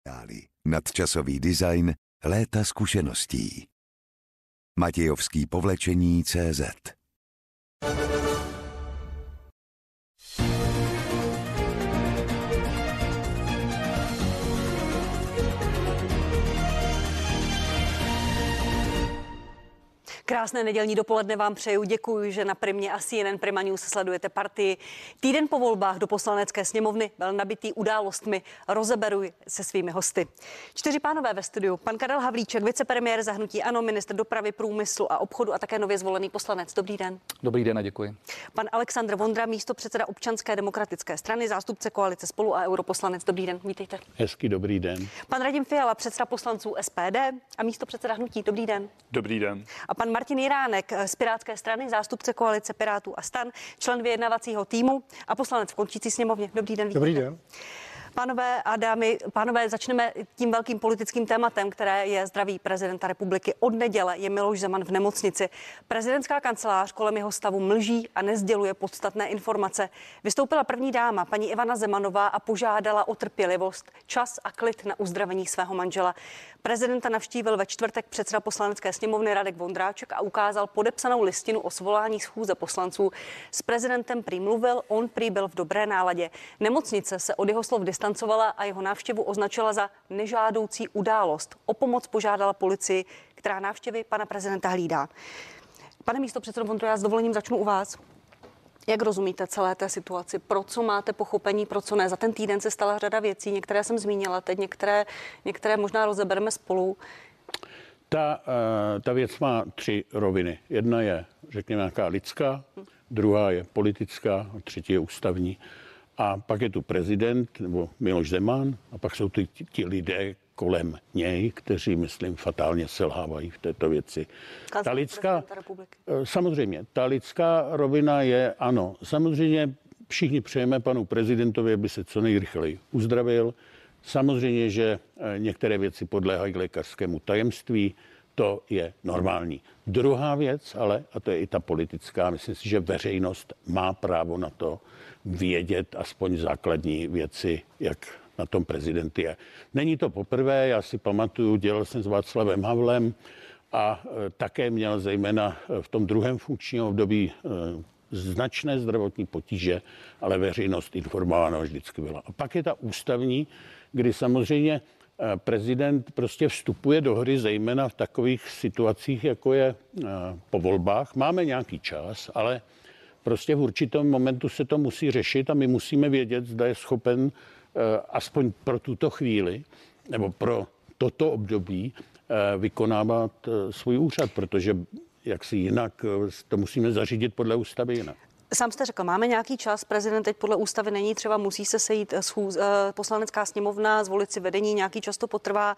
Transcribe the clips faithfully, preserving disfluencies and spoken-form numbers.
Nadčasový design, léta zkušeností. Matějovský povlečení tečka cé zet. Krásné nedělní dopoledne vám přeju. Děkuji, že na Primě a C N N Prima News sledujete partii. Týden po volbách do Poslanecké sněmovny byl nabitý událostmi. Rozeberu se svými hosty. Čtyři pánové ve studiu. Pan Karel Havlíček, vicepremiér za hnutí ANO, ministr dopravy, průmyslu a obchodu a také nově zvolený poslanec. Dobrý den. Dobrý den a děkuji. Pan Alexandr Vondra, místopředseda Občanské demokratické strany, zástupce koalice Spolu a europoslanec. Dobrý den, vítejte. Hezký dobrý den. Pan Radim Fiala, předseda poslanců S P D a místopředseda hnutí. Dobrý den. Dobrý den. A pan Martin Jiránek z Pirátské strany, zástupce koalice Pirátů a STAN, člen vyjednavacího týmu a poslanec v končící sněmovně. Dobrý den. Dobrý den. Pánové a dámy, pánové, začneme tím velkým politickým tématem, které je zdraví prezidenta republiky. Od neděle je Miloš Zeman v nemocnici. Prezidentská kancelář kolem jeho stavu mlží a nezděluje podstatné informace. Vystoupila první dáma, paní Ivana Zemanová, a požádala o trpělivost, čas a klid na uzdravení svého manžela. Prezidenta navštívil ve čtvrtek předseda Poslanecké sněmovny Radek Vondráček a ukázal podepsanou listinu o svolání schůze poslanců. S prezidentem prý mluvil, on prý byl v dobré náladě. Nemocnice se od jeho slov distancovala a jeho návštěvu označila za nežádoucí událost. O pomoc požádala policii, která návštěvy pana prezidenta hlídá. Pane místopředsedo Vondro, já s dovolením začnu u vás. Jak rozumíte celé té situaci? Pro co máte pochopení, pro co ne? Za ten týden se stala řada věcí, některé jsem zmínila, teď některé, některé možná rozebereme spolu. Ta, ta věc má tři roviny. Jedna je, řekněme, nějaká lidská, druhá je politická a třetí je ústavní. A pak je tu prezident nebo Miloš Zeman a pak jsou tu ti, ti lidé kolem něj, kteří, myslím, fatálně selhávají v této věci. Ta lidská, samozřejmě, ta lidská rovina je, ano, samozřejmě všichni přejeme panu prezidentovi, aby se co nejrychleji uzdravil. Samozřejmě, že některé věci podléhají lékařskému tajemství, to je normální. Druhá věc, ale, a to je i ta politická, myslím si, že veřejnost má právo na to vědět aspoň základní věci, jak na tom prezident je. Není to poprvé, já si pamatuju, dělal jsem s Václavem Havlem a e, také měl zejména v tom druhém funkčním období e, značné zdravotní potíže, ale veřejnost informována vždycky byla. A pak je ta ústavní, kdy samozřejmě e, prezident prostě vstupuje do hry zejména v takových situacích, jako je e, po volbách. Máme nějaký čas, ale prostě v určitém momentu se to musí řešit a my musíme vědět, zda je schopen aspoň pro tuto chvíli nebo pro toto období vykonávat svůj úřad, protože jak si jinak to musíme zařídit podle ústavy jinak. Sám jste řekl, máme nějaký čas, prezident teď podle ústavy není, třeba musí se sejít schůz, poslanecká sněmovna, zvolit si vedení, nějaký čas to potrvá.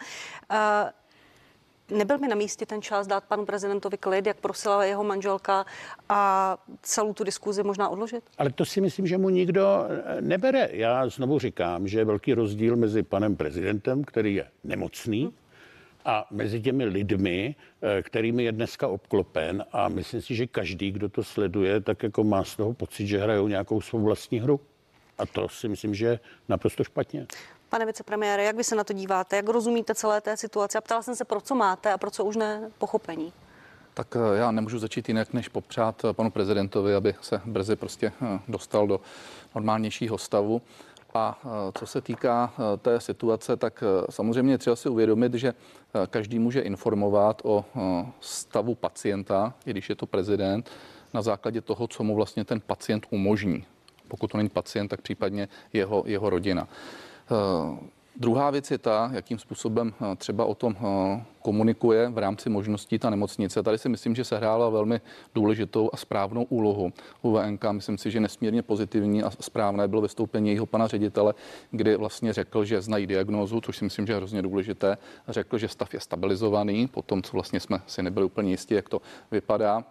Nebyl mi na místě ten čas dát panu prezidentovi klid, jak prosila jeho manželka, a celou tu diskuzi možná odložit? Ale to si myslím, že mu nikdo nebere. Já znovu říkám, že je velký rozdíl mezi panem prezidentem, který je nemocný, hmm. a mezi těmi lidmi, kterými je dneska obklopen, a myslím si, že každý, kdo to sleduje, tak jako má z toho pocit, že hrajou nějakou svou vlastní hru. A to si myslím, že je naprosto špatně. Pane vicepremiére, jak vy se na to díváte? Jak rozumíte celé té situaci? A ptala jsem se, pro co máte a pro co už ne pochopení. Tak já nemůžu začít jinak, než popřát panu prezidentovi, aby se brzy prostě dostal do normálnějšího stavu. A co se týká té situace, tak samozřejmě třeba si uvědomit, že každý může informovat o stavu pacienta, i když je to prezident, na základě toho, co mu vlastně ten pacient umožní. Pokud to není pacient, tak případně jeho, jeho rodina. Uh, druhá věc je ta, jakým způsobem uh, třeba o tom uh, komunikuje v rámci možností ta nemocnice. Tady si myslím, že se hrála velmi důležitou a správnou úlohu u V N K. Myslím si, že nesmírně pozitivní a správné bylo vystoupení jeho pana ředitele, kdy vlastně řekl, že znají diagnózu, což si myslím, že je hrozně důležité. Řekl, že stav je stabilizovaný, po tom, co vlastně jsme si nebyli úplně jistí, jak to vypadá.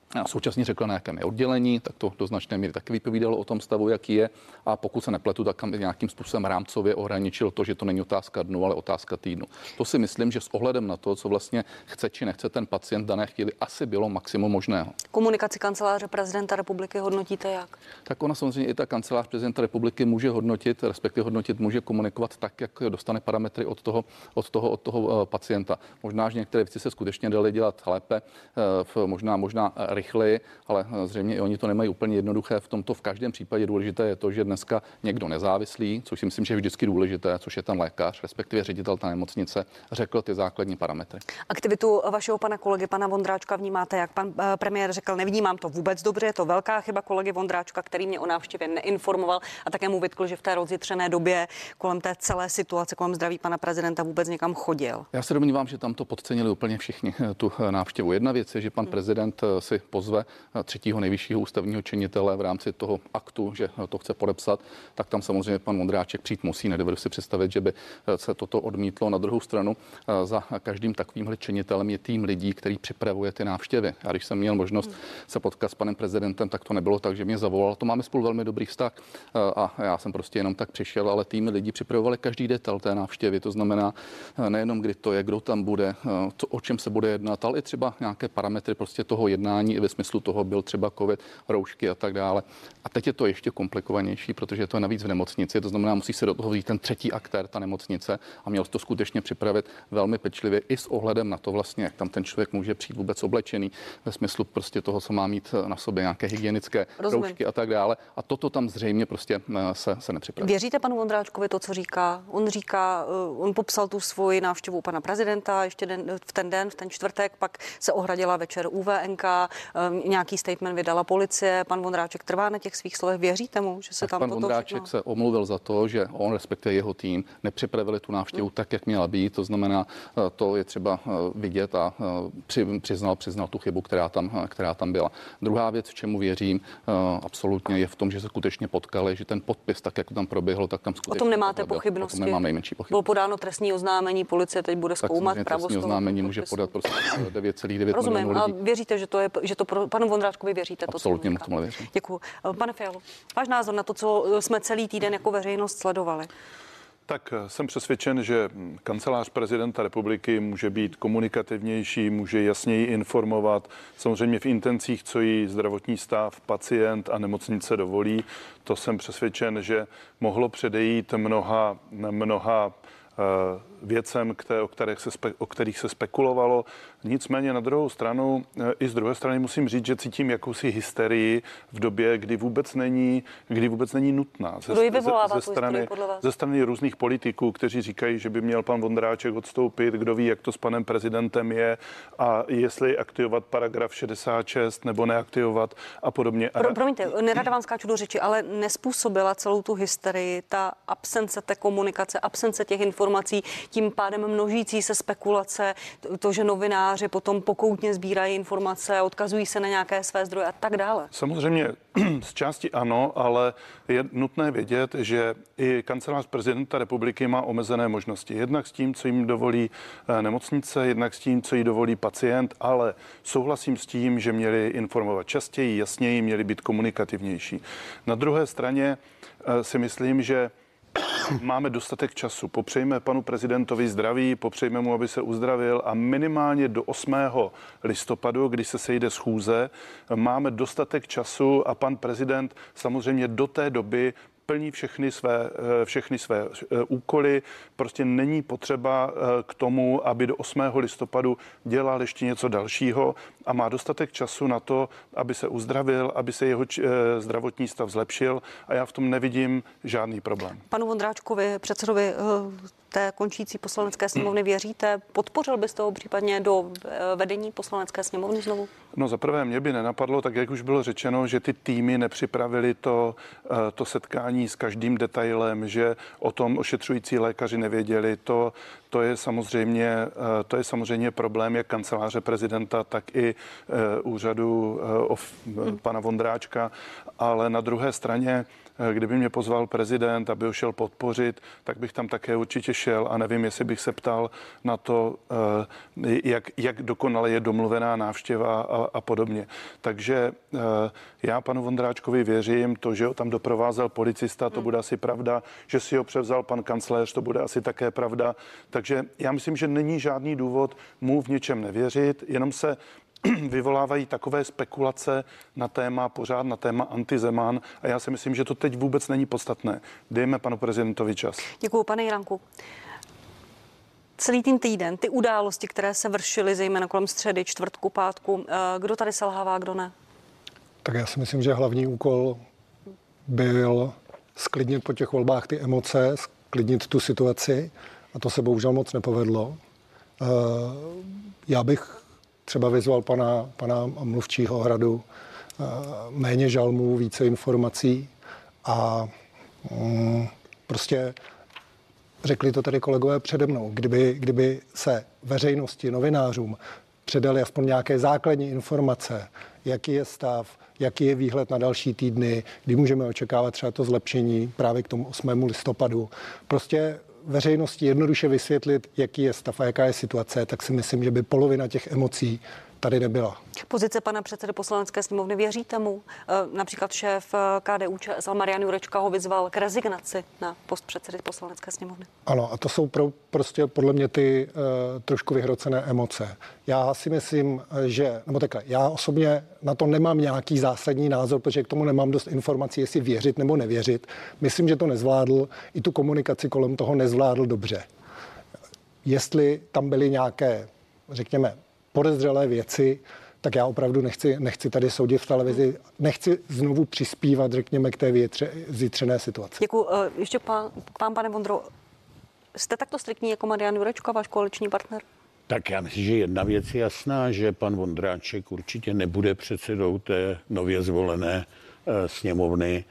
současně řekl, na jakém je oddělení, tak to do značné míry taky vypovídalo o tom stavu, jaký je. A pokud se nepletu, tak tam nějakým způsobem rámcově ohraničil to, že to není otázka dnu, ale otázka týdnu. To si myslím, že s ohledem na to, co vlastně chce či nechce ten pacient v dané chvíli, asi bylo maximum možného. Komunikaci kanceláře prezidenta republiky hodnotíte jak? Tak ona samozřejmě i ta kancelář prezidenta republiky může hodnotit, respektive hodnotit může komunikovat tak, jak dostane parametry od toho, od toho, od toho pacienta. Možná, že některé věci se skutečně daly dělat lépe, možná, možná rychleji, ale zřejmě i oni to nemají úplně jednoduché. V tomto v každém případě důležité je to, že dneska někdo nezávislý, což si myslím, že je vždycky důležité, což je ten lékař, respektive ředitel té nemocnice, řekl ty základní parametry. Aktivitu vašeho pana kolegy, pana Vondráčka, vnímáte jak? Pan premiér řekl, nevnímám to vůbec dobře, je to velká chyba kolegy Vondráčka, který mě o návštěvě neinformoval a také mu vytkl, že v té rozjitřené době kolem té celé situace, kolem zdraví pana prezidenta vůbec někam chodil. Já se domnívám, že tam to podcenili úplně všichni tu návštěvu. Jedna věc je, že pan prezident si pozve třetího nejvyššího ústavního činitele v rámci toho aktu, že to chce podepsat, tak tam samozřejmě pan Vondráček přijít musí. Nedovedu si představit, že by se toto odmítlo. Na druhou stranu za každým takovýmhle činitelem je tým lidí, který připravuje ty návštěvy. A když jsem měl možnost se potkat s panem prezidentem, tak to nebylo tak, že mě zavolal. To máme spolu velmi dobrý vztah a já jsem prostě jenom tak přišel, ale týmy lidí připravovali každý detail té návštěvy. To znamená nejenom kdy to je, kdo tam bude, to, o čem se bude jednat, ale i třeba nějaké parametry prostě toho jednání i ve smyslu toho byl třeba covid, roušky a tak dále. A teď je to ještě komplikovanější, protože to je navíc v nemocnici, to znamená, musí se do toho vzít ten třetí aktér, ta nemocnice, a měl to skutečně připravit velmi pečlivě i s ohledem na to vlastně, jak tam ten člověk může přijít vůbec oblečený, ve smyslu prostě toho, co má mít na sobě, nějaké hygienické Rozumím. roušky a tak dále. A toto tam zřejmě prostě se, se nepřipraví. Věříte panu Vondráčkovi to, co říká? On říká, on popsal tu svoji návštěvu u pana prezidenta ještě den, v ten den, v ten čtvrtek, pak se ohradila večer U V N K, nějaký statement vydala policie. Pan Vondráček trvá na těch svých slovech. Věříte mu, že se tak tam pan toto Vondráček všechno... se omluvil za to, že on respektive jeho tým nepřipravili tu návštěvu hmm. tak, jak měla být. To znamená, to je třeba vidět a při, přiznal, přiznal tu chybu, která tam, která tam byla. Druhá věc, v čemu věřím absolutně, je v tom, že se skutečně potkali, že ten podpis, tak jak to tam proběhlo, tak tam skutečně. O tom nemáte byl. pochybnosti. O tom nemám nejmenší pochybnosti. Bylo podáno trestní oznámení, policie teď bude zkoumat pravost. Trestní oznámení může podat prostě devět celá devět milionů lidí. A věříte, že to je, že to pro panu Vondráčkovi věříte? Absolutně to, mu tomu věřím. Děkuji. Pane Fialo, váš názor na to, co jsme celý týden jako veřejnost sledovali? Tak jsem přesvědčen, že kancelář prezidenta republiky může být komunikativnější, může jasněji informovat, samozřejmě v intencích, co jí zdravotní stav, pacient a nemocnice dovolí. To jsem přesvědčen, že mohlo předejít mnoha, mnoha věcem, které, o, kterých se spe, o kterých se spekulovalo. Nicméně na druhou stranu, i z druhé strany musím říct, že cítím jakousi hysterii v době, kdy vůbec není, kdy vůbec není nutná. Ze, ze, ze, strany, ze strany různých politiků, kteří říkají, že by měl pan Vondráček odstoupit, kdo ví, jak to s panem prezidentem je a jestli aktivovat paragraf šedesát šest nebo neaktivovat a podobně. Pro, promiňte, nerada vám skáču do řeči, ale nespůsobila celou tu hysterii ta absence té komunikace, absence těch informací, tím pádem množící se spekulace, to, že novináři potom pokoutně sbírají informace, odkazují se na nějaké své zdroje a tak dále. Samozřejmě z části ano, ale je nutné vědět, že i kancelář prezidenta republiky má omezené možnosti. Jednak s tím, co jim dovolí nemocnice, jednak s tím, co jí dovolí pacient, ale souhlasím s tím, že měli informovat častěji, jasněji, měli být komunikativnější. Na druhé straně si myslím, že máme dostatek času. Popřejme panu prezidentovi zdraví, popřejme mu, aby se uzdravil a minimálně do osmého listopadu, když se sejde schůze, máme dostatek času a pan prezident samozřejmě do té doby plní všechny své, všechny své úkoly. Prostě není potřeba k tomu, aby do osmého listopadu dělal ještě něco dalšího a má dostatek času na to, aby se uzdravil, aby se jeho zdravotní stav zlepšil a já v tom nevidím žádný problém. Panu Vondráčkovi, předsedovi té končící poslanecké sněmovny věříte? Podpořil byste ho případně do vedení poslanecké sněmovny znovu? No za prvé mě by nenapadlo, tak jak už bylo řečeno, že ty týmy nepřipravili to, to setkání s každým detailem, že o tom ošetřující lékaři nevěděli. To, to, je samozřejmě, to je samozřejmě problém jak kanceláře prezidenta, tak i úřadu of, pana Vondráčka, ale na druhé straně kdyby mě pozval prezident, aby ho šel podpořit, tak bych tam také určitě šel a nevím, jestli bych se ptal na to, jak, jak dokonale je domluvená návštěva a, a podobně. Takže já panu Vondráčkovi věřím, to, že ho tam doprovázel policista, to hmm. bude asi pravda, že si ho převzal pan kancléř, to bude asi také pravda. Takže já myslím, že není žádný důvod mu v něčem nevěřit, jenom se vyvolávají takové spekulace na téma, pořád na téma antizeman a já si myslím, že to teď vůbec není podstatné. Dejme panu prezidentovi čas. Děkuju, pane Jiranku. Celý ten týden, ty události, které se vršily zejména kolem středy, čtvrtku, pátku, kdo tady selhává, kdo ne? Tak já si myslím, že hlavní úkol byl sklidnit po těch volbách ty emoce, sklidnit tu situaci a to se bohužel moc nepovedlo. Já bych třeba vyzval pana, pana mluvčího Hradu, méně žalmů, více informací a mm, prostě řekli to tady kolegové přede mnou, kdyby, kdyby se veřejnosti, novinářům předali aspoň nějaké základní informace, jaký je stav, jaký je výhled na další týdny, kdy můžeme očekávat třeba to zlepšení právě k tomu osmému listopadu. Prostě veřejnosti jednoduše vysvětlit, jaký je stav a jaká je situace, tak si myslím, že by polovina těch emocí tady nebyla. Pozice pana předsedy Poslanecké sněmovny, věříte mu? Například šéf K D U Č S L Marian Jurečka ho vyzval k rezignaci na post předsedy Poslanecké sněmovny. Ano, a to jsou pro, prostě podle mě ty uh, trošku vyhrocené emoce. Já si myslím, že, nebo takhle, já osobně na to nemám nějaký zásadní názor, protože k tomu nemám dost informací, jestli věřit nebo nevěřit. Myslím, že to nezvládl, i tu komunikaci kolem toho nezvládl dobře. Jestli tam byly nějaké, řekněme, podezřelé věci, tak já opravdu nechci, nechci tady soudit v televizi, nechci znovu přispívat, řekněme, k té větře, zítřené situaci. Děkuji. Ještě pán, k vám, pane Vondro, jste takto striktní jako Marian Jurečka, váš koaliční partner? Tak já myslím, že jedna věc je jasná, že pan Vondráček určitě nebude předsedou té nově zvolené uh, sněmovny.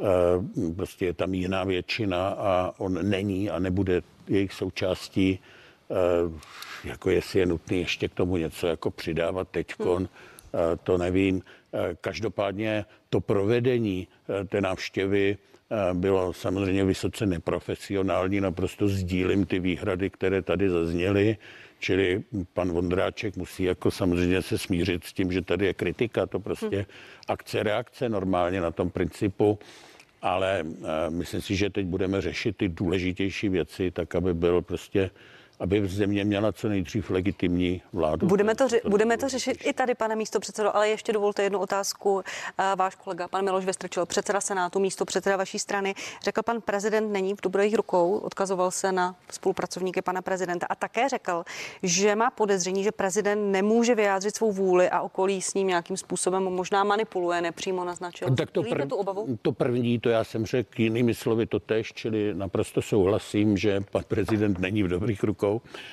Uh, prostě je tam jiná většina a on není a nebude jejich součástí. Uh, jako jestli je nutné ještě k tomu něco jako přidávat teďkon, hmm. uh, to nevím. Uh, každopádně to provedení uh, té návštěvy uh, bylo samozřejmě vysoce neprofesionální, naprosto sdílím ty výhrady, které tady zazněly, čili pan Vondráček musí jako samozřejmě se smířit s tím, že tady je kritika, to prostě hmm. akce, reakce normálně na tom principu, ale uh, myslím si, že teď budeme řešit ty důležitější věci, tak aby byl prostě aby země měla co nejdřív legitimní vládu. Budeme to, ře- budeme to řešit i tady, pane místopředsedo, ale ještě dovolte jednu otázku. Váš kolega, pan Miloš Vystrčil, předseda Senátu, místopředseda vaší strany, řekl, pan prezident není v dobrých rukou, odkazoval se na spolupracovníky pana prezidenta a také řekl, že má podezření, že prezident nemůže vyjádřit svou vůli a okolí s ním nějakým způsobem možná manipuluje, nepřímo naznačil. Tak to, prv, tu obavu? to první, to já jsem řekl jinými slovy totéž, čili naprosto souhlasím, že pan prezident není v dobrých rukou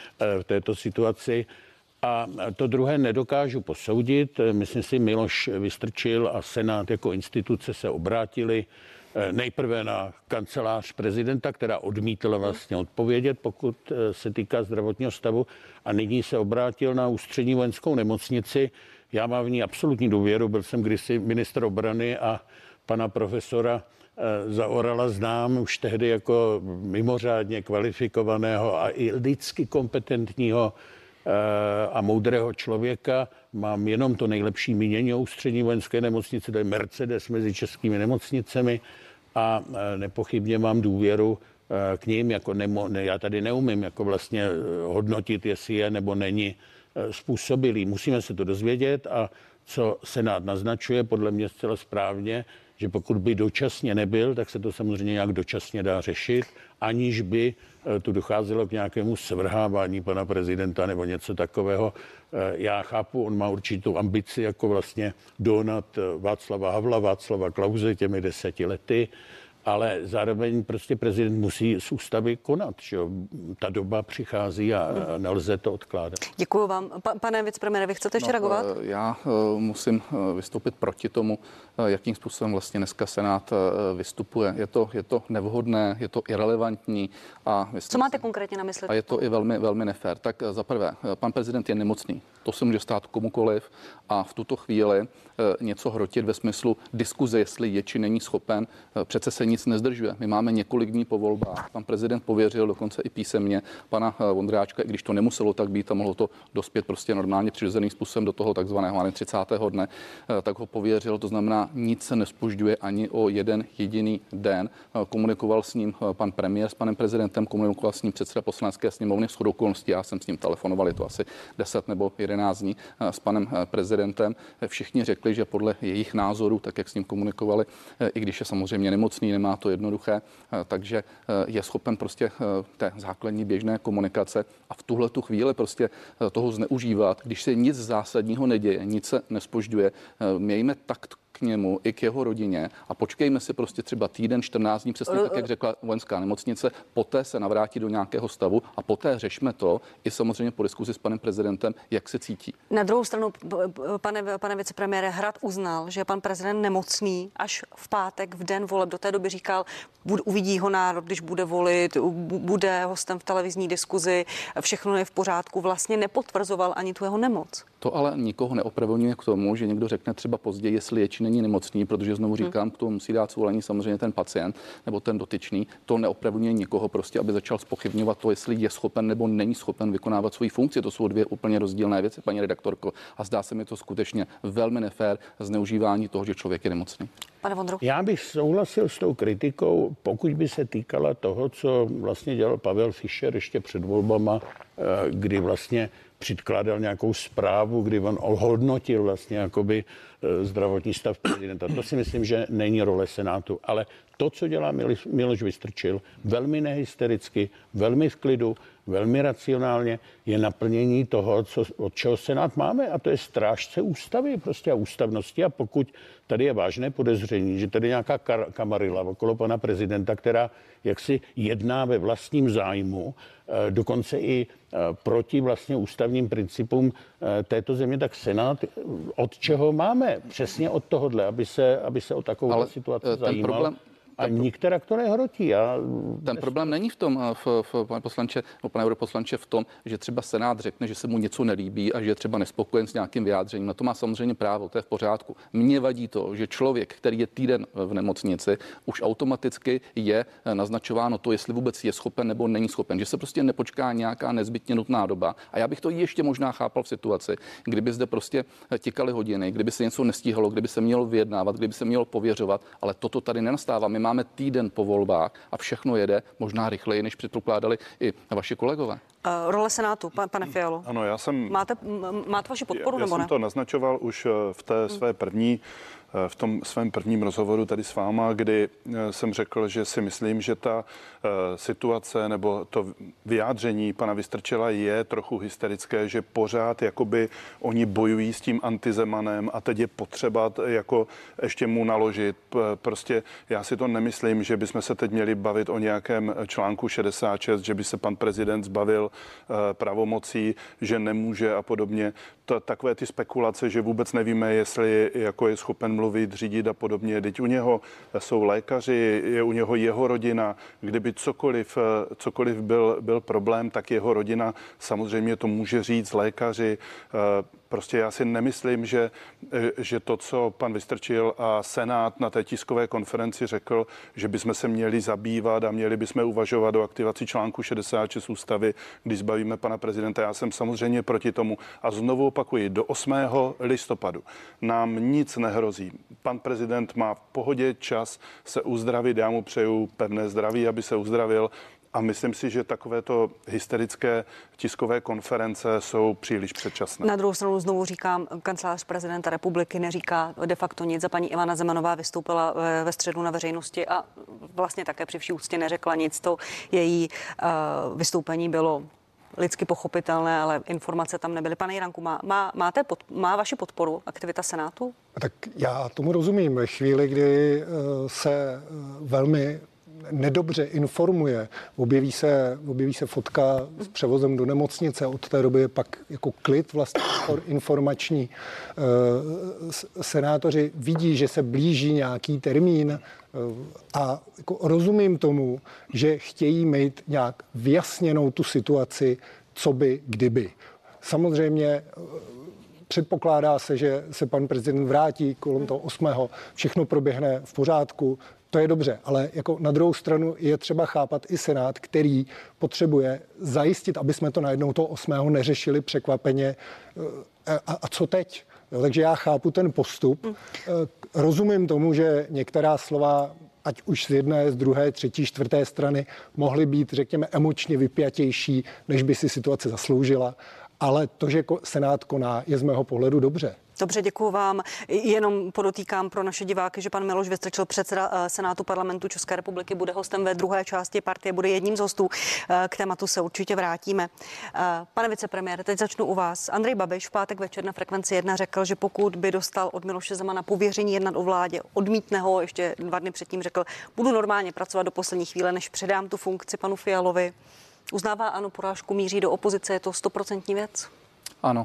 v této situaci. A to druhé nedokážu posoudit. Myslím si, Miloš Vystrčil a Senát jako instituce se obrátili nejprve na kancelář prezidenta, která odmítla vlastně odpovědět, pokud se týká zdravotního stavu, a nyní se obrátil na Ústřední vojenskou nemocnici. Já mám v ní absolutní důvěru, byl jsem kdysi ministr obrany a pana profesora Zaorala znám už tehdy jako mimořádně kvalifikovaného a i lidsky kompetentního a moudrého člověka. Mám jenom to nejlepší mínění o Ústřední vojenské nemocnici, to je Mercedes mezi českými nemocnicemi a nepochybně mám důvěru k ním, jako nemo, ne, já tady neumím jako vlastně hodnotit, jestli je nebo není způsobilý. Musíme se to dozvědět a co Senát naznačuje, podle mě zcela správně, že pokud by dočasně nebyl, tak se to samozřejmě nějak dočasně dá řešit, aniž by tu docházelo k nějakému svrhávání pana prezidenta nebo něco takového. Já chápu, on má určitou ambici jako vlastně donat Václava Havla, Václava Klause těmi deseti lety, ale zároveň prostě prezident musí z ústavy konat, že jo? Ta doba přichází a nelze to odkládat. Děkuju vám. Pa, pane vicepremiére, vy chcete ještě no, reagovat? Já uh, musím uh, vystoupit proti tomu, uh, jakým způsobem vlastně dneska Senát uh, vystupuje. Je to, je to nevhodné, je to irelevantní. A co máte si, konkrétně na mysli? A je to i velmi, velmi nefér. Tak uh, za prvé, uh, pan prezident je nemocný. To se může stát komukoliv a v tuto chvíli uh, něco hrotit ve smyslu diskuze, jestli je či není schopen, uh, přece se nic nezdržuje. My máme několik dní po volbách. Pan prezident pověřil dokonce i písemně pana Vondráčka, i když to nemuselo tak být a mohlo to dospět prostě normálně přirozeným způsobem do toho takzvaného třicátého dne, tak ho pověřil. To znamená, nic se nespožďuje ani o jeden jediný den. Komunikoval s ním pan premiér s panem prezidentem, komunikoval s ním předseda Poslanecké sněmovny, shodou okolností. Já jsem s ním telefonoval, je to asi deset nebo jedenáct dní s panem prezidentem. Všichni řekli, že podle jejich názoru, tak jak s ním komunikovali, i když je samozřejmě nemocný, nemá to jednoduché, takže je schopen prostě té základní běžné komunikace a v tuhle tu chvíli prostě toho zneužívat, když se nic zásadního neděje, nic se nespožďuje. Mějme takt k němu i k jeho rodině a počkejme si prostě třeba týden, čtrnáct dní, přesně tak, jak řekla vojenská nemocnice, poté se navrátí do nějakého stavu a poté řešme to i samozřejmě po diskuzi s panem prezidentem, jak se cítí. Na druhou stranu, pane, pane vicepremiére, Hrad uznal, že je pan prezident nemocný až v pátek, v den voleb. Do té doby říkal, bud, uvidí ho národ, když bude volit, bude hostem v televizní diskuzi, všechno je v pořádku. Vlastně nepotvrzoval ani tu jeho nemoc. To ale nikoho neopravňuje k tomu, že někdo řekne třeba později, jestli je či není nemocný, protože znovu říkám, hmm. k tomu musí dát svolení samozřejmě ten pacient nebo ten dotyčný. To neopravňuje nikoho prostě, aby začal zpochybňovat to, jestli je schopen nebo není schopen vykonávat svoji funkci. To jsou dvě úplně rozdílné věci, paní redaktorko. A zdá se mi to skutečně velmi nefér zneužívání toho, že člověk je nemocný. Pane Vondro. Já bych souhlasil s tou kritikou, pokud by se týkala toho, co vlastně dělal Pavel Fischer ještě před volbama, kdy vlastně předkládal nějakou zprávu, kdy on ohodnotil vlastně jakoby zdravotní stav prezidenta. To si myslím, že není role Senátu, ale to, co dělá Miloš Vystrčil, velmi nehystericky, velmi v klidu, velmi racionálně, je naplnění toho, co, od čeho Senát máme, a to je strážce ústavy prostě a ústavnosti. A pokud tady je vážné podezření, že tady nějaká kar- kamarila okolo pana prezidenta, která jaksi jedná ve vlastním zájmu, e, dokonce i e, proti vlastně ústavním principům e, této země, tak Senát od čeho máme? Přesně od tohohle, aby se, aby se o takovou situaci zajímal. Problém... A nikterak to nehrotí. Já... Ten problém není v tom, v, v, pane poslanče, no, pane europoslanče, v tom, že třeba Senát řekne, že se mu něco nelíbí a že je třeba nespokojen s nějakým vyjádřením. Na to má samozřejmě právo, to je v pořádku. Mně vadí to, že člověk, který je týden v nemocnici, už automaticky je naznačováno to, jestli vůbec je schopen nebo není schopen, že se prostě nepočká nějaká nezbytně nutná doba. A já bych to ještě možná chápal v situaci, kdyby zde prostě tikaly hodiny, kdyby se něco nestíhalo, kdyby se mělo vyjednávat, kdyby se mělo pověřovat, ale toto tady nenastává. My máme týden po volbách a všechno jede možná rychleji, než předpokládali i vaši kolegové. Uh, role Senátu, pan, pane Fialo. Ano, já jsem... Máte, máte vaši podporu, já, nebo ne? Já jsem to naznačoval už v té své první v tom svém prvním rozhovoru tady s váma, kdy jsem řekl, že si myslím, že ta situace nebo to vyjádření pana Vystrčila je trochu hysterické, že pořád jakoby oni bojují s tím antizemanem a teď je potřeba jako ještě mu naložit. Prostě já si to nemyslím, že bychom se teď měli bavit o nějakém článku šedesát šest, že by se pan prezident zbavil pravomocí, že nemůže a podobně. To, takové ty spekulace, že vůbec nevíme, jestli jako je schopen mluvit, řídit a podobně. Teď u něho jsou lékaři, je u něho jeho rodina. Kdyby cokoliv, cokoliv byl, byl problém, tak jeho rodina samozřejmě to může říct, lékaři. Prostě já si nemyslím, že, že to, co pan Vystrčil a Senát na té tiskové konferenci řekl, že bychom se měli zabývat a měli bychom uvažovat o aktivaci článku šedesát šest ústavy, když zbavíme pana prezidenta. Já jsem samozřejmě proti tomu. A znovu opakuji, do osmého listopadu nám nic nehrozí. Pan prezident má v pohodě čas se uzdravit. Já mu přeju pevné zdraví, aby se uzdravil. A myslím si, že takovéto hysterické tiskové konference jsou příliš předčasné. Na druhou stranu znovu říkám, kancelář prezidenta republiky neříká de facto nic. A paní Ivana Zemanová vystoupila ve středu na veřejnosti a vlastně také při vší úctě neřekla nic. To její uh, vystoupení bylo lidsky pochopitelné, ale informace tam nebyly. Pane Jiránku, má, má, máte pod, má vaši podporu aktivita Senátu? Tak já tomu rozumím. Ve chvíli, kdy uh, se uh, velmi nedobře informuje, objeví se, objeví se fotka s převozem do nemocnice, od té doby je pak jako klid vlastně informační. Senátoři vidí, že se blíží nějaký termín a jako rozumím tomu, že chtějí mít nějak vyjasněnou tu situaci, co by, kdyby. Samozřejmě předpokládá se, že se pan prezident vrátí kolem toho osmého Všechno proběhne v pořádku. to je dobře, ale jako na druhou stranu je třeba chápat i Senát, který potřebuje zajistit, aby jsme to najednou toho osmého neřešili překvapeně. A, a co teď? Jo, takže já chápu ten postup. Hmm. Rozumím tomu, že některá slova, ať už z jedné, z druhé, třetí, čtvrté strany, mohly být, řekněme, emočně vypjatější, než by si situace zasloužila. Ale to, že Senát koná, je z mého pohledu dobře. Dobře, děkuju vám. Jenom podotýkám pro naše diváky, že pan Miloš Vystrčil, předseda Senátu Parlamentu České republiky, bude hostem ve druhé části partie, bude jedním z hostů. K tématu se určitě vrátíme. Pane vicepremiére, teď začnu u vás. Andrej Babiš v pátek večer na Frekvenci jedna řekl, že pokud by dostal od Miloše Zemana pověření jednat o vládě, odmítne ho, ještě dva dny předtím řekl, budu normálně pracovat do poslední chvíle, než předám tu funkci panu Fialovi. Uznává ANO porážku, míří do opozice, je to stoprocentní věc? Ano.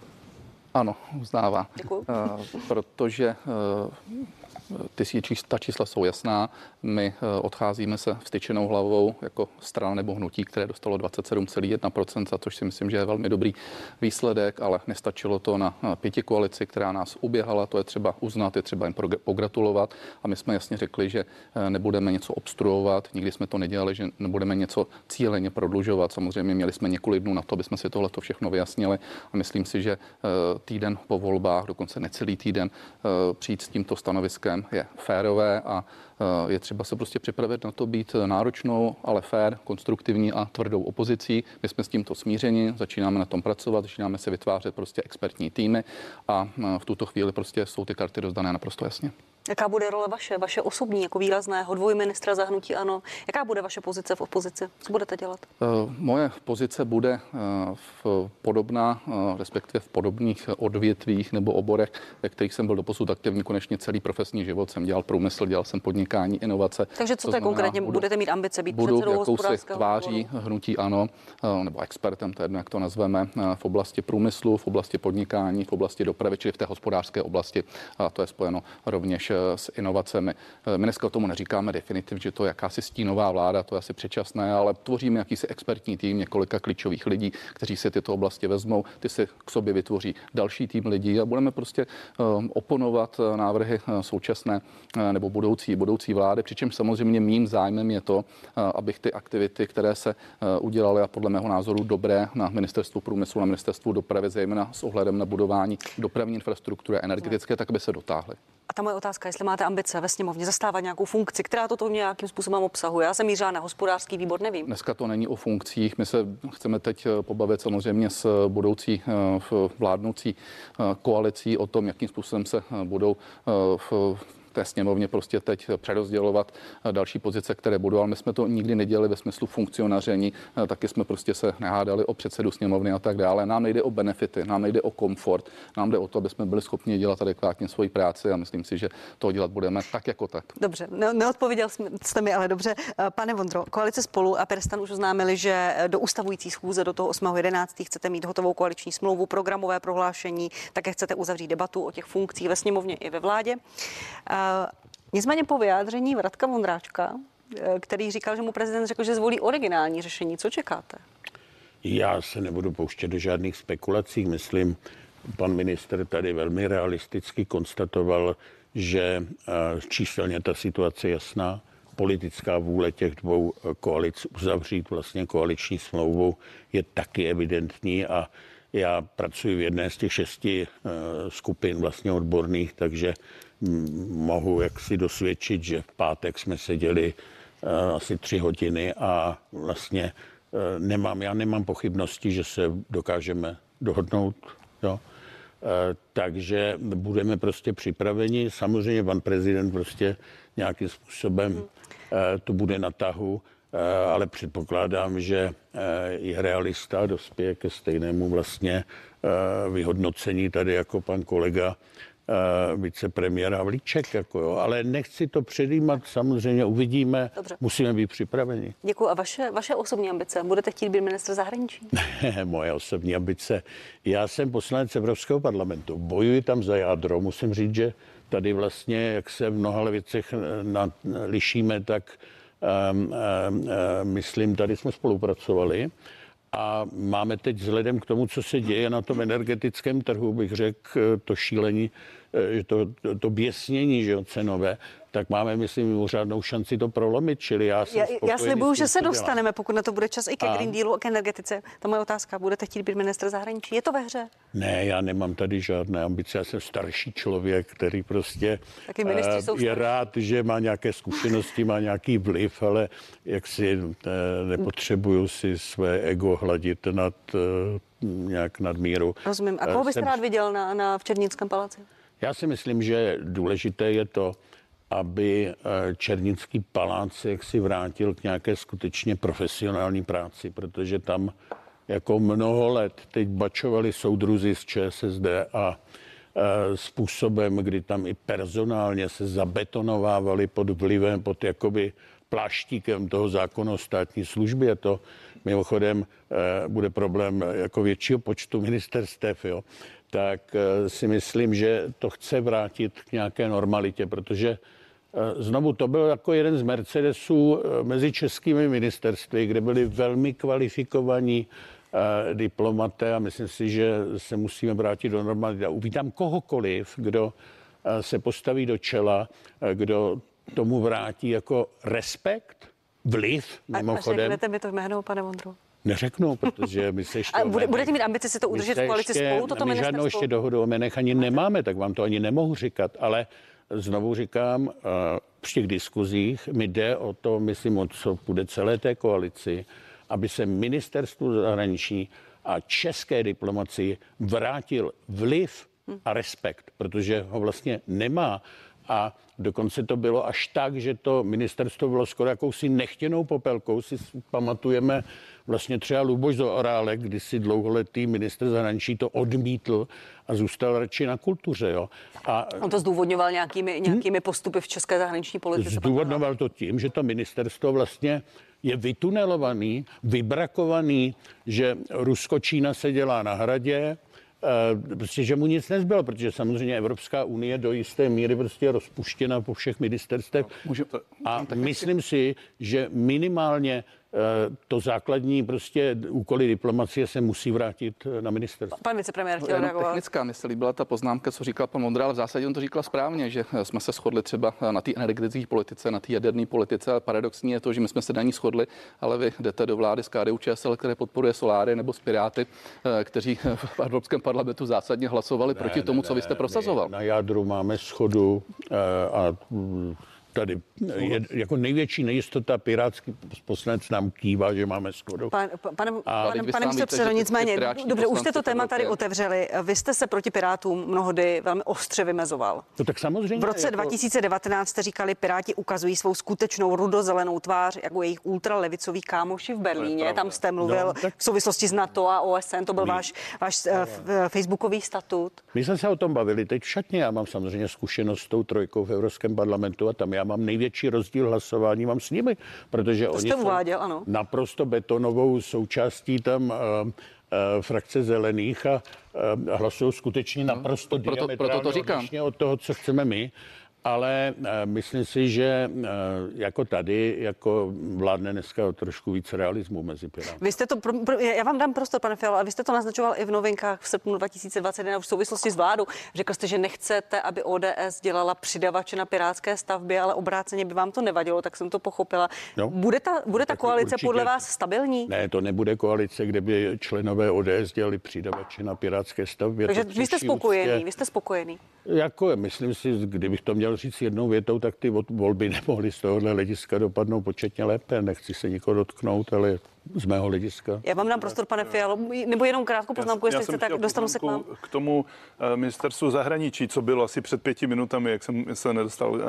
Ano, uznává. Děkuju. Uh, protože uh, ty čísla, ta čísla jsou jasná. My uh, odcházíme se vstyčenou hlavou jako strana nebo hnutí, které dostalo dvacet sedm celá jedna procenta, což si myslím, že je velmi dobrý výsledek, ale nestačilo to na pěti koalici, která nás uběhala. To je třeba uznat, je třeba jim pogratulovat. A my jsme jasně řekli, že nebudeme něco obstruovat, nikdy jsme to nedělali, že nebudeme něco cíleně prodlužovat. Samozřejmě měli jsme několik dnů na to, aby jsme si tohle všechno vyjasnili a myslím si, že uh, týden po volbách, dokonce necelý týden, přijít s tímto stanoviskem je férové a je třeba se prostě připravit na to být náročnou, ale fér, konstruktivní a tvrdou opozicí. My jsme s tímto smířeni, začínáme na tom pracovat, začínáme se vytvářet prostě expertní týmy a v tuto chvíli prostě jsou ty karty rozdané naprosto jasně. Jaká bude role vaše, vaše osobní, jako výrazného dvojministra za hnutí ANO? Jaká bude vaše pozice v opozici? Co budete dělat? Moje pozice bude v podobná, respektive v podobných odvětvích nebo oborech, ve kterých jsem byl doposud aktivní konečně celý profesní život. Jsem dělal průmysl, dělal jsem podnikání, inovace. Takže co to, to je konkrétně? Budu, budete mít ambice být budu předsedou jakousi tváří hnutí ANO, nebo expertem, to je jedno, jak to nazveme, v oblasti průmyslu, v oblasti podnikání, v oblasti dopravy, čili v té hospodářské oblasti. A to je spojeno rovněž s inovacemi. My dneska o tomu neříkáme definitivně, že to je jakási stínová vláda, to je asi předčasné, ale tvoříme jakýsi expertní tým několika klíčových lidí, kteří si tyto oblasti vezmou, ty si k sobě vytvoří další tým lidí a budeme prostě um, oponovat návrhy současné nebo budoucí, budoucí vlády, přičemž samozřejmě mým zájmem je to, abych ty aktivity, které se udělaly a podle mého názoru dobré na ministerstvu průmyslu, na ministerstvu dopravy, zejména s ohledem na budování dopravní infrastruktury energetické, tak by se dotáhly. A ta moje otázka, jestli máte ambice ve sněmovně zastávat nějakou funkci, která toto nějakým způsobem obsahuje. Já jsem mířila na hospodářský výbor, nevím. Dneska to není o funkcích. My se chceme teď pobavit samozřejmě s budoucí vládnoucí koalicí o tom, jakým způsobem se budou v té sněmovně prostě teď přerozdělovat další pozice, které budou, ale my jsme to nikdy nedělali ve smyslu funkcionaření, taky jsme prostě se nehádali o předsedu sněmovny a tak dále. Nám nejde o benefity, nám nejde o komfort, nám jde o to, aby jsme byli schopni dělat adekvátně svoji práci a myslím si, že to dělat budeme tak jako tak. Dobře, ne- neodpověděl jste mi, ale dobře. Pane Vondro, koalice Spolu a PirSTAN už oznámili, že do ustavující schůze do toho osmého jedenáctého chcete mít hotovou koaliční smlouvu, programové prohlášení, také chcete uzavřít debatu o těch funkcích ve sněmovně i ve vládě. Nicméně po vyjádření Radka Vondráčka, který říkal, že mu prezident řekl, že zvolí originální řešení, co čekáte? Já se nebudu pouštět do žádných spekulací. Myslím, pan ministr tady velmi realisticky konstatoval, že číselně ta situace je jasná. Politická vůle těch dvou koalic uzavřít vlastně koaliční smlouvu je taky evidentní a já pracuji v jedné z těch šesti skupin vlastně odborných, takže mohu jaksi dosvědčit, že v pátek jsme seděli uh, asi tři hodiny a vlastně uh, nemám, já nemám pochybnosti, že se dokážeme dohodnout. Jo. Uh, takže budeme prostě připraveni. Samozřejmě pan prezident prostě nějakým způsobem uh, to bude na tahu, uh, ale předpokládám, že uh, je realista, dospěje ke stejnému vlastně uh, vyhodnocení tady jako pan kolega Uh, vicepremiéra Havlíček, jako jo, ale nechci to předjímat, samozřejmě uvidíme, Dobře. Musíme být připraveni. Děkuji. A vaše, vaše osobní ambice? Budete chtít být ministr zahraničí? Moje osobní ambice. Já jsem poslanec Evropského parlamentu, bojuji tam za jádro, musím říct, že tady vlastně, jak se v mnoha věcech na, lišíme, tak um, um, um, myslím, tady jsme spolupracovali. A máme teď vzhledem k tomu, co se děje na tom energetickém trhu, bych řekl, to šílení že to, to, to běsnění, že jo, cenové, tak máme, myslím, mimořádnou šanci to prolomit, čili já jsem Já, já slibuju, že se dělá. dostaneme, pokud na to bude čas, i ke A? Green Dealu a k energetice. Ta moje otázka, budete chtít být ministr zahraničí? Je to ve hře? Ne, já nemám tady žádné ambice, já jsem starší člověk, který prostě Taky ministři jsou je starší. rád, že má nějaké zkušenosti, má nějaký vliv, ale jak si eh, nepotřebuju si své ego hladit nad eh, nějak nad míru. Rozumím. A koho byste Jsem- rád viděl na, na v Černickém paláci? Já si myslím, že důležité je to, aby eh, Černický palác se jaksi vrátil k nějaké skutečně profesionální práci, protože tam jako mnoho let teď bačovali soudruzi z ČSSD a eh, způsobem, kdy tam i personálně se zabetonovávali pod vlivem, pod jakoby pláštíkem toho zákona o státní službě. To mimochodem eh, bude problém jako většího počtu ministerstev, jo. Tak eh, si myslím, že to chce vrátit k nějaké normalitě, protože eh, znovu to byl jako jeden z Mercedesů eh, mezi českými ministerstvy, kde byli velmi kvalifikovaní eh, diplomaté a myslím si, že se musíme vrátit do normality. A uvítám kohokoliv, kdo eh, se postaví do čela, eh, kdo tomu vrátí jako respekt, vliv, A, a mimochodem. řeknete mi to jméno, pane Vondro? Neřeknu, protože my se ještě... A bude, budete mít ambici si to udržet v koalici spolu, toto my žádnou ministerstvo? ještě dohodu o jménech ani nemáme, tak vám to ani nemohu říkat, ale znovu říkám, v těch diskuzích mi jde o to, myslím, o co půjde celé té koalici, aby se ministerstvu zahraničí a české diplomacii vrátil vliv a respekt, protože ho vlastně nemá. A dokonce to bylo až tak, že to ministerstvo bylo skoro jakousi nechtěnou popelkou. Si pamatujeme vlastně třeba Luboš Zaorálek, kdysi dlouholetý ministr zahraničí, to odmítl a zůstal radši na kultuře. Jo. A On to zdůvodňoval nějakými, nějakými postupy v české zahraniční politice. zdůvodňoval to tím, že to ministerstvo vlastně je vytunelovaný, vybrakovaný, že Rusko-Čína se dělá na hradě, prostě, že mu nic nezbylo, protože samozřejmě Evropská unie do jisté míry prostě je rozpuštěna po všech ministerstvech. A myslím si, že minimálně to základní prostě úkoly diplomacie se musí vrátit na ministerstvo. Pan vicepremiér chtěl Jenom reagovat. technická, mně se líbila ta poznámka, co říkal pan Vondra, ale v zásadě on to říkal správně, že jsme se shodli třeba na té energetické politice, na té jaderné politice, ale paradoxní je to, že my jsme se na ní shodli, ale vy jdete do vlády s K D U Č S L, které podporuje soláry, nebo s Piráty, kteří v Evropském parlamentu zásadně hlasovali ne, proti tomu, ne, co vy jste prosazoval. Na jádru máme shodu a tady je, jako největší nejistota pirátský poslanec nám kývá, že máme shodu. Pan, pane, A pane, vy pane sám místopředsedo, víte, že nicméně, ty piráční dobře, už jste to poslanci téma to tady je- otevřeli. Vy jste se proti Pirátům mnohdy velmi ostře vymezoval. No tak samozřejmě. V roce jako, dva tisíce devatenáct jste říkali, Piráti ukazují svou skutečnou rudozelenou tvář, jako jejich ultralevicoví kámoši v Berlíně. Tam jste mluvil No, tak- v souvislosti s NATO a O S N, to byl váš, váš uh, facebookový statut. My jsme se o tom bavili teď v šatně. Já mám samozřejmě zkušenost s tou trojkou v Evropském parlamentu a tam já mám největší rozdíl hlasování mám s nimi, protože oni jste jsou uváděl, ano. naprosto betonovou součástí tam uh, uh, frakce zelených a uh, hlasují skutečně naprosto proto- proto to diametrálně říkám. odlišně od toho, co chceme my. Ale uh, myslím si, že uh, jako tady, jako vládne dneska trošku víc realismu mezi Piráty. Vy jste to, pro, pro, já vám dám prostor, pane Fialo, ale vy jste to naznačoval i v novinkách v srpnu dva tisíce dvacet jedna v souvislosti s vládou. Řekl jste, že nechcete, aby O D S dělala přidavače na pirátské stavbě, ale obráceně by vám to nevadilo, tak jsem to pochopila. No. Bude ta, bude ta Tak koalice určitě. podle vás stabilní? Ne, to nebude koalice, kde by členové O D S dělali přidavače na pirátské stavbě. Takže To vy jste při spokojený, úctě- vy jste spokojený. Jako, myslím si, kdybych to měl říct jednou větou, tak ty od- volby nemohly z tohohle hlediska dopadnout početně lépe. Nechci se nikoho dotknout, ale z mého hlediska. Já vám dám prostor, pane Fialo, nebo jenom krátkou poznámku, jestli chcete, tak dostanu se k vám. K tomu uh, ministerstvu zahraničí, co bylo asi před pěti minutami, jak jsem se nedostal uh,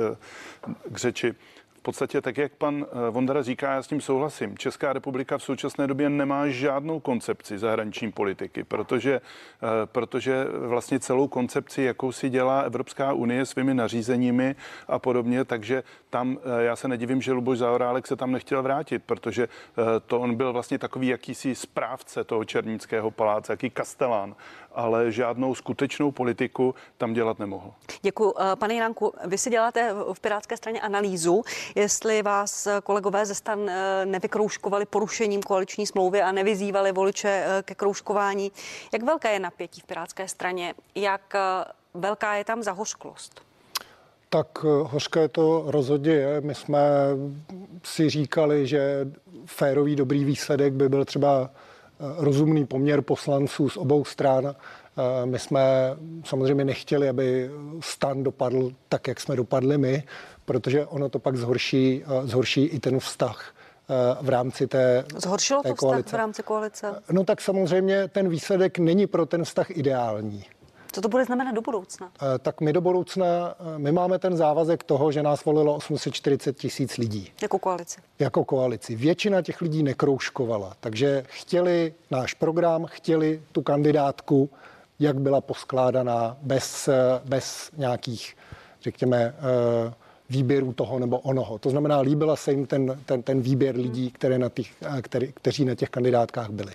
uh, k řeči. V podstatě tak, jak pan Vondra říká, já s tím souhlasím. Česká republika v současné době nemá žádnou koncepci zahraniční politiky, protože, protože vlastně celou koncepci, jakou si dělá Evropská unie svými nařízeními a podobně, takže tam já se nedivím, že Luboš Zaorálek se tam nechtěl vrátit, protože to on byl vlastně takový jakýsi správce toho Černického paláce, jaký kastelán, ale žádnou skutečnou politiku tam dělat nemohl. Děkuji. Pane Jiránku, vy si děláte v Pirátské straně analýzu, jestli vás kolegové ze stan nevykroužkovali porušením koaliční smlouvy a nevyzývali voliče ke kroužkování. Jak velké je napětí v Pirátské straně? Jak velká je tam zahořklost? Tak hořké to rozhodně je. My jsme si říkali, že férový dobrý výsledek by byl třeba rozumný poměr poslanců z obou stran. My jsme samozřejmě nechtěli, aby STAN dopadl tak, jak jsme dopadli my, protože ono to pak zhorší, zhorší i ten vztah v rámci té Zhoršilo té to koalice. vztah v rámci koalice? No tak samozřejmě ten výsledek není pro ten vztah ideální. Co to bude znamenat do budoucna? Tak my do budoucna, my máme ten závazek toho, že nás volilo osm set čtyřicet tisíc lidí. Jako koalici? Jako koalici. Většina těch lidí nekroužkovala, takže chtěli náš program, chtěli tu kandidátku, jak byla poskládaná, bez, bez nějakých, řekněme, výběrů toho nebo onoho. To znamená, líbila se jim ten, ten, ten výběr lidí, které na těch, který, kteří na těch kandidátkách byli.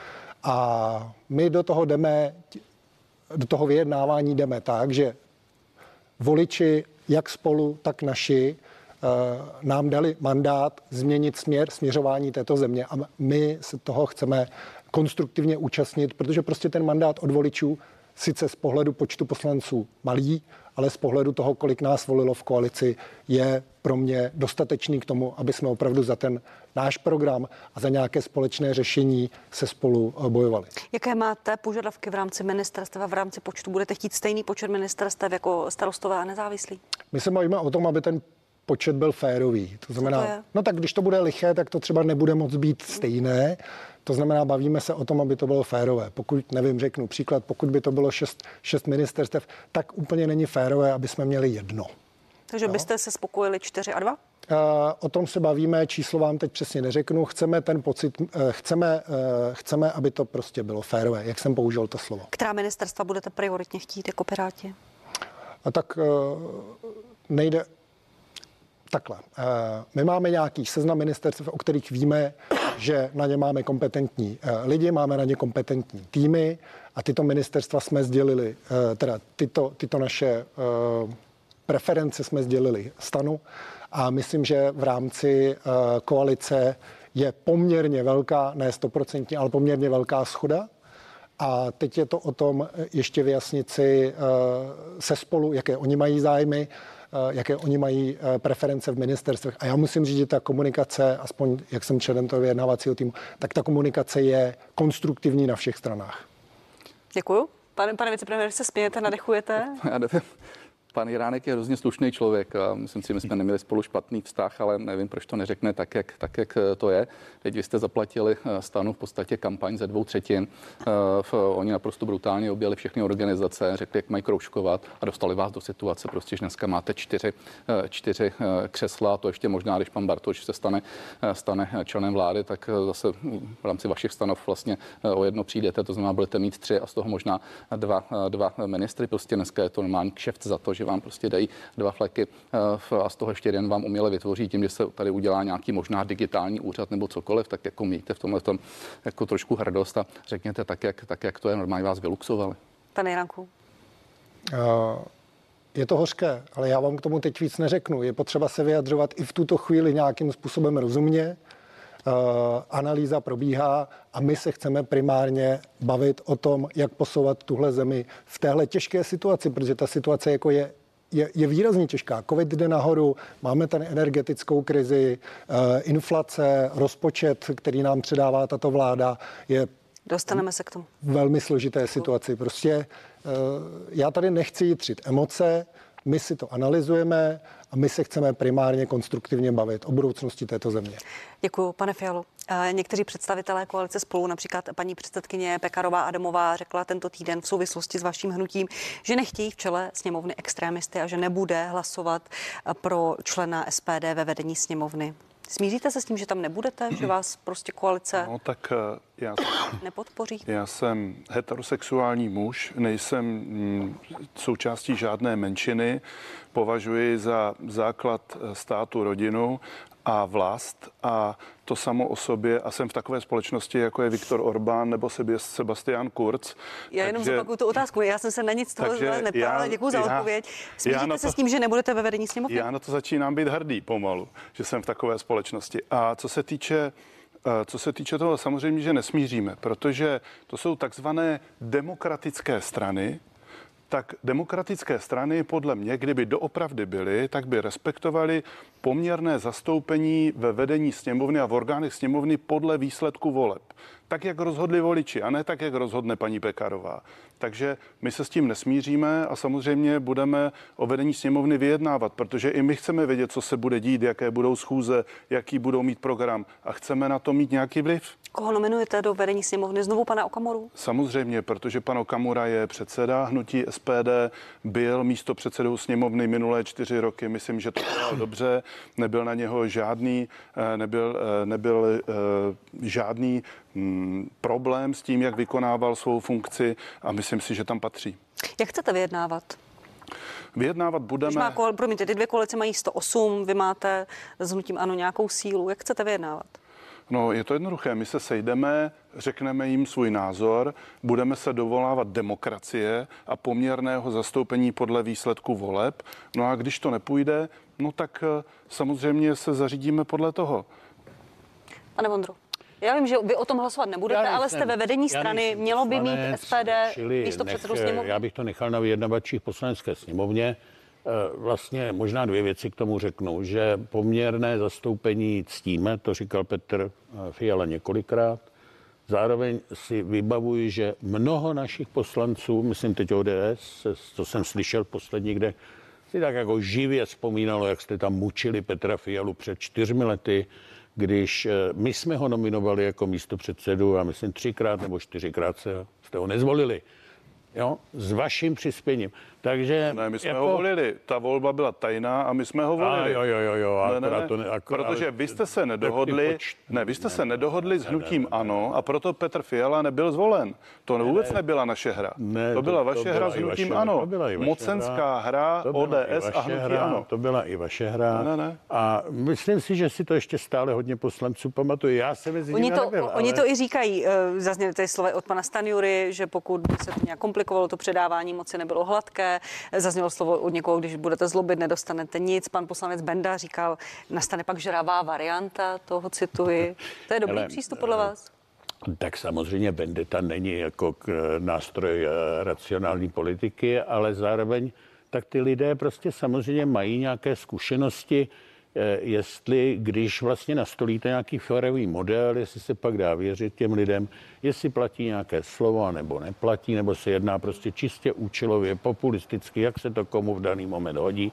A my do toho jdeme, do toho vyjednávání jdeme tak, že voliči, jak spolu, tak naši, nám dali mandát změnit směr, směřování této země a my se toho chceme konstruktivně účastnit, protože prostě ten mandát od voličů sice z pohledu počtu poslanců malý, ale z pohledu toho, kolik nás volilo v koalici, je pro mě dostatečný k tomu, aby jsme opravdu za ten náš program a za nějaké společné řešení se spolu bojovali. Jaké máte požadavky v rámci ministerstva, v rámci počtu? Budete chtít stejný počet ministerstev jako Starostové a nezávislí? My se bavíme o tom, aby ten počet byl férový. To znamená, to no tak když to bude liché, tak to třeba nebude moc být stejné. To znamená, bavíme se o tom, aby to bylo férové. Pokud, nevím, řeknu příklad, pokud by to bylo šest, šest ministerstev, tak úplně není férové, aby jsme měli jedno. Takže no. byste se spokojili čtyři a dva? Uh, o tom se bavíme, číslo vám teď přesně neřeknu. Chceme ten pocit, uh, chceme, uh, chceme, aby to prostě bylo férové, jak jsem použil to slovo. Která ministerstva budete prioritně chtít jako Piráti? A tak uh, nejde... Takhle. My máme nějaký seznam ministerstev, o kterých víme, že na ně máme kompetentní lidi, máme na ně kompetentní týmy a tyto ministerstva jsme sdělili, teda tyto, tyto naše preference jsme sdělili STANu a myslím, že v rámci koalice je poměrně velká, ne stoprocentně, ale poměrně velká shoda. A teď je to o tom ještě vyjasnit si se spolu, jaké oni mají zájmy, jaké oni mají preference v ministerstvech. A já musím říct, že ta komunikace, aspoň jak jsem členem toho vyjednávacího týmu, tak ta komunikace je konstruktivní na všech stranách. Děkuju. Pane, pane vicepremiér, se smějete, nadechujete? Já nevím. Pan Jiránek je hrozně slušný člověk a myslím si, my jsme neměli spolu špatný vztah, ale nevím, proč to neřekne tak, jak, tak, jak to je. Teď vy jste zaplatili STANu v podstatě kampaň ze dvou třetin. Oni naprosto brutálně objeli všechny organizace, řekli, jak mají kroužkovat a dostali vás do situace, prostě, že dneska máte čtyři, čtyři křesla, to ještě možná, když pan Bartoš se stane, stane členem vlády, tak zase v rámci vašich stanov vlastně o jedno přijdete, to znamená, budete mít tři a z toho možná dva, dva ministry. Prostě dneska je to normální kšeft za to, že vám prostě dají dva fleky a z toho ještě jeden vám uměle vytvoří tím, že se tady udělá nějaký možná digitální úřad nebo cokoliv, tak jako mějte v tomhle tom jako trošku hrdost a řekněte tak, jak, tak, jak to je, normálně vás vyluxovali. Pane Jiránku. Uh, je to hořké, ale já vám k tomu teď víc neřeknu. Je potřeba se vyjadřovat i v tuto chvíli nějakým způsobem rozumně. Uh, analýza probíhá a my se chceme primárně bavit o tom, jak posouvat tuhle zemi v téhle těžké situaci, protože ta situace jako je, je, je výrazně těžká. Covid jde nahoru, máme tady energetickou krizi, uh, inflace, rozpočet, který nám předává tato vláda, je Dostaneme se k tomu. velmi složité situaci. Prostě uh, já tady nechci jitřit emoce, my si to analyzujeme a my se chceme primárně konstruktivně bavit o budoucnosti této země. Děkuji, pane Fialo. Někteří představitelé koalice Spolu, například paní předsedkyně Pekarová Adamová, řekla tento týden v souvislosti s vaším hnutím, že nechtějí v čele sněmovny extrémisty a že nebude hlasovat pro člena S P D ve vedení sněmovny. Smíříte se s tím, že tam nebudete, že vás prostě koalice No tak já, nepodpoří? já jsem heterosexuální muž, nejsem mm, součástí žádné menšiny, považuji za základ státu rodinu a vlast a to samo o sobě a jsem v takové společnosti, jako je Viktor Orbán nebo Sebastian Kurz. Já jenom zopakuju tu otázku, já jsem se na nic z toho neptala, ale děkuji za já, odpověď. Smíříte to, se s tím, že nebudete ve vedení sněmovny? Já na to začínám být hrdý pomalu, že jsem v takové společnosti. A co se týče Co se týče toho, samozřejmě, že nesmíříme, protože to jsou takzvané demokratické strany, tak demokratické strany podle mě, kdyby doopravdy byly, tak by respektovali poměrné zastoupení ve vedení sněmovny a v orgánech sněmovny podle výsledku voleb. Tak, jak rozhodli voliči, a ne tak, jak rozhodne paní Pekarová. Takže my se s tím nesmíříme a samozřejmě budeme o vedení sněmovny vyjednávat, protože i my chceme vědět, co se bude dít, jaké budou schůze, jaký budou mít program a chceme na to mít nějaký vliv. Koho nominujete do vedení sněmovny? Znovu pana Okamuru? Samozřejmě, protože pan Okamura je předseda hnutí S P D, byl místopředsedou sněmovny minulé čtyři roky. Myslím, že to bylo dobře, nebyl na něho žádný, nebyl, nebyl žádný problém s tím, jak vykonával svou funkci a myslím si, že tam patří. Jak chcete vyjednávat? Vyjednávat budeme... Když má, promiňte, ty dvě koalice mají sto osm, vy máte s hnutím ANO nějakou sílu. Jak chcete vyjednávat? No, je to jednoduché. My se sejdeme, řekneme jim svůj názor, budeme se dovolávat demokracie a poměrného zastoupení podle výsledku voleb. No a když to nepůjde, no tak samozřejmě se zařídíme podle toho. Pane Vondro, já vím, že vy o tom hlasovat nebudete, nejsem, ale jste ve vedení strany, mělo by mít S P D místopředsedu sněmovny. Já bych to nechal na vyjednavačích poslanecké sněmovně. Vlastně možná dvě věci k tomu řeknu, že poměrné zastoupení ctíme, to říkal Petr Fiala několikrát. Zároveň si vybavuji, že mnoho našich poslanců, myslím teď O D S, co jsem slyšel poslední, kde si tak jako živě vzpomínalo, jak jste tam mučili Petra Fialu před čtyřmi lety, když my jsme ho nominovali jako místopředsedu a myslím třikrát nebo čtyřikrát se, jste ho nezvolili. Jo, s vaším přispěním. Takže ne, my jsme jako... ho volili. Ta volba byla tajná a my jsme ho volili. A jo, jo, jo, ne, ne, ne. To ne, akorát, protože vy jste se nedohodli, poč... ne, vy jste ne, se nedohodli ne, s hnutím ne, ne, ANO ne. a proto Petr Fiala nebyl zvolen. To vůbec ne, nebyla naše hra. Ne, to byla to, vaše to hra byla s hnutím vaše, ANO. Mocenská hra, O D S a hnutí hra, ANO. To byla i vaše hra. Ne, ne. A myslím si, že si to ještě stále hodně poslanců pamatuje. Já se mezi Oni to, nebyl, oni ale... to i říkají, zazněly tady slova od pana Stanjury, že pokud by se to nějak komplikovalo, to předávání moci nebylo hladké. Zaznělo slovo od někoho, když budete zlobit, nedostanete nic. Pan poslanec Benda říkal, nastane pak žravá varianta, toho cituji. To je dobrý Hele, přístup podle vás? Tak samozřejmě vendeta není jako k, nástroj racionální politiky, ale zároveň tak ty lidé prostě samozřejmě mají nějaké zkušenosti, jestli, když vlastně nastolíte nějaký férový model, jestli se pak dá věřit těm lidem, jestli platí nějaké slovo, nebo neplatí, nebo se jedná prostě čistě účelově, populisticky, jak se to komu v daný moment hodí.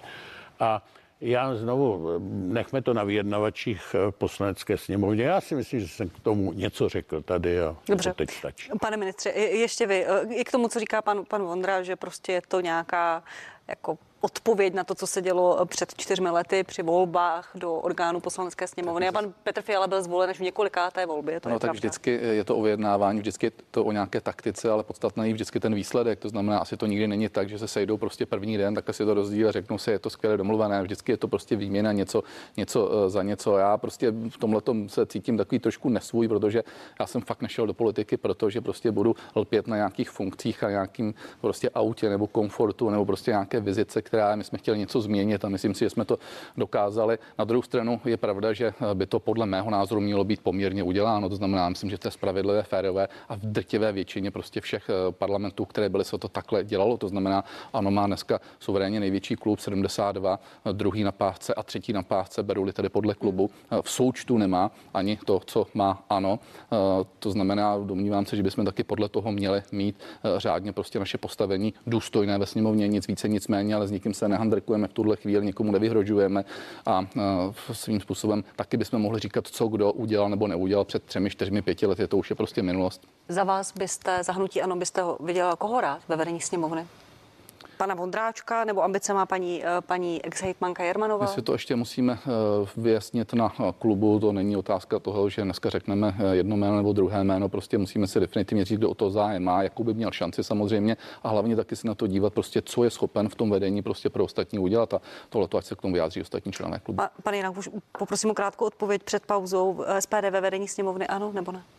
A já znovu, nechme to na vyjednavačích poslanecké sněmovně. Já si myslím, že jsem k tomu něco řekl tady a Dobře. to teď stačí. Pane ministře, ještě vy, i k tomu, co říká pan, pan Vondra, že prostě je to nějaká jako odpověď na to, co se dělo před čtyřmi lety při volbách do orgánu poslanecké sněmovny. A pan Petr Fiala byl zvolen až v několikáté volbě. To no je tak pravda. Vždycky je to o vyjednávání, vždycky je to o nějaké taktice, ale podstatný je vždycky ten výsledek. To znamená, asi to nikdy není tak, že se sejdou prostě první den, takhle si to rozdílí a řeknou si, je to skvěle domluvené. Vždycky je to prostě výměna něco, něco za něco. Já prostě v tomhletom se cítím takový trošku nesvůj, protože já jsem fakt nešel do politiky, protože prostě budu lpět na nějakých funkcích a nějakým prostě autě nebo komfortu nebo prostě nějaké vizice, která my jsme chtěli něco změnit a myslím si, že jsme to dokázali. Na druhou stranu je pravda, že by to podle mého názoru mělo být poměrně uděláno. To znamená, myslím, že to je spravedlivé, férové a v drtivé většině prostě všech parlamentů, které byly, se to takhle dělalo. To znamená, ANO má dneska suverénně největší klub sedmdesát dva, druhý na pásce a třetí na pásce, beru-li tedy podle klubu. V součtu nemá ani to, co má ANO. To znamená, domnívám se, že bychom taky podle toho měli mít řádně prostě naše postavení důstojné ve sněmovně, nic více, nic méně, ale s nikým se nehandrkujeme v tuhle chvíli, nikomu nevyhrožujeme a svým způsobem taky bychom mohli říkat, co kdo udělal nebo neudělal před třemi, čtyřmi, pěti lety, to už je prostě minulost. Za vás byste, za hnutí ANO byste ho viděla koho rád ve vedení sněmovny? Pana Vondráčka nebo ambice má paní, paní ex-hejtmanka Jermanová? My si to ještě musíme vyjasnit na klubu, to není otázka toho, že dneska řekneme jedno jméno nebo druhé jméno, prostě musíme si definitivně říct, kdo o to zájem má, jakou by měl šanci samozřejmě a hlavně taky se na to dívat, prostě co je schopen v tom vedení prostě pro ostatní udělat a tohle to ať se k tomu vyjádří ostatní členové klubu. Pa, pane Jinak, už poprosím o krátkou odpověď před pauzou. S P D ve vedení sněmovny ano nebo ne?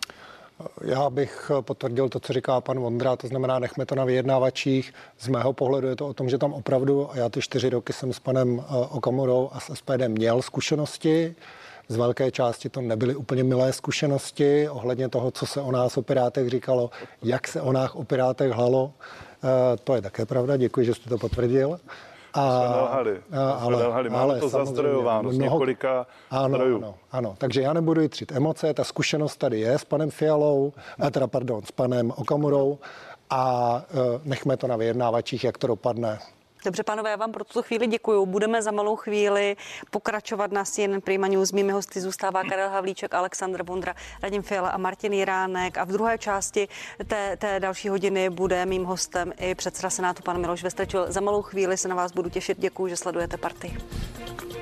Já bych potvrdil to, co říká pan Vondra, to znamená, nechme to na vyjednávačích. Z mého pohledu je to o tom, že tam opravdu, a já ty čtyři roky jsem s panem Okamurou a s S P D měl zkušenosti. Z velké části to nebyly úplně milé zkušenosti ohledně toho, co se o nás o Pirátech říkalo, jak se o nás o Pirátech hlalo. To je také pravda, děkuji, že jste to potvrdil. A, jsme nelhali, a, ale, nelhali. Máme ale to zazdrojováno z několika ano, zdrojů. Ano, ano, takže já nebudu jitřit emoce, ta zkušenost tady je s panem Fialou, teda pardon, s panem Okamurou a nechme to na vyjednávačích, jak to dopadne. Dobře, pánové, já vám pro tuto chvíli děkuju. Budeme za malou chvíli pokračovat na C N N Prima News. Mými hosty zůstává Karel Havlíček, Alexandr Vondra, Radim Fiala a Martin Jiránek. A v druhé části té, té další hodiny bude mým hostem i předseda Senátu pan Miloš Vystrčil. Za malou chvíli se na vás budu těšit. Děkuju, že sledujete Partii.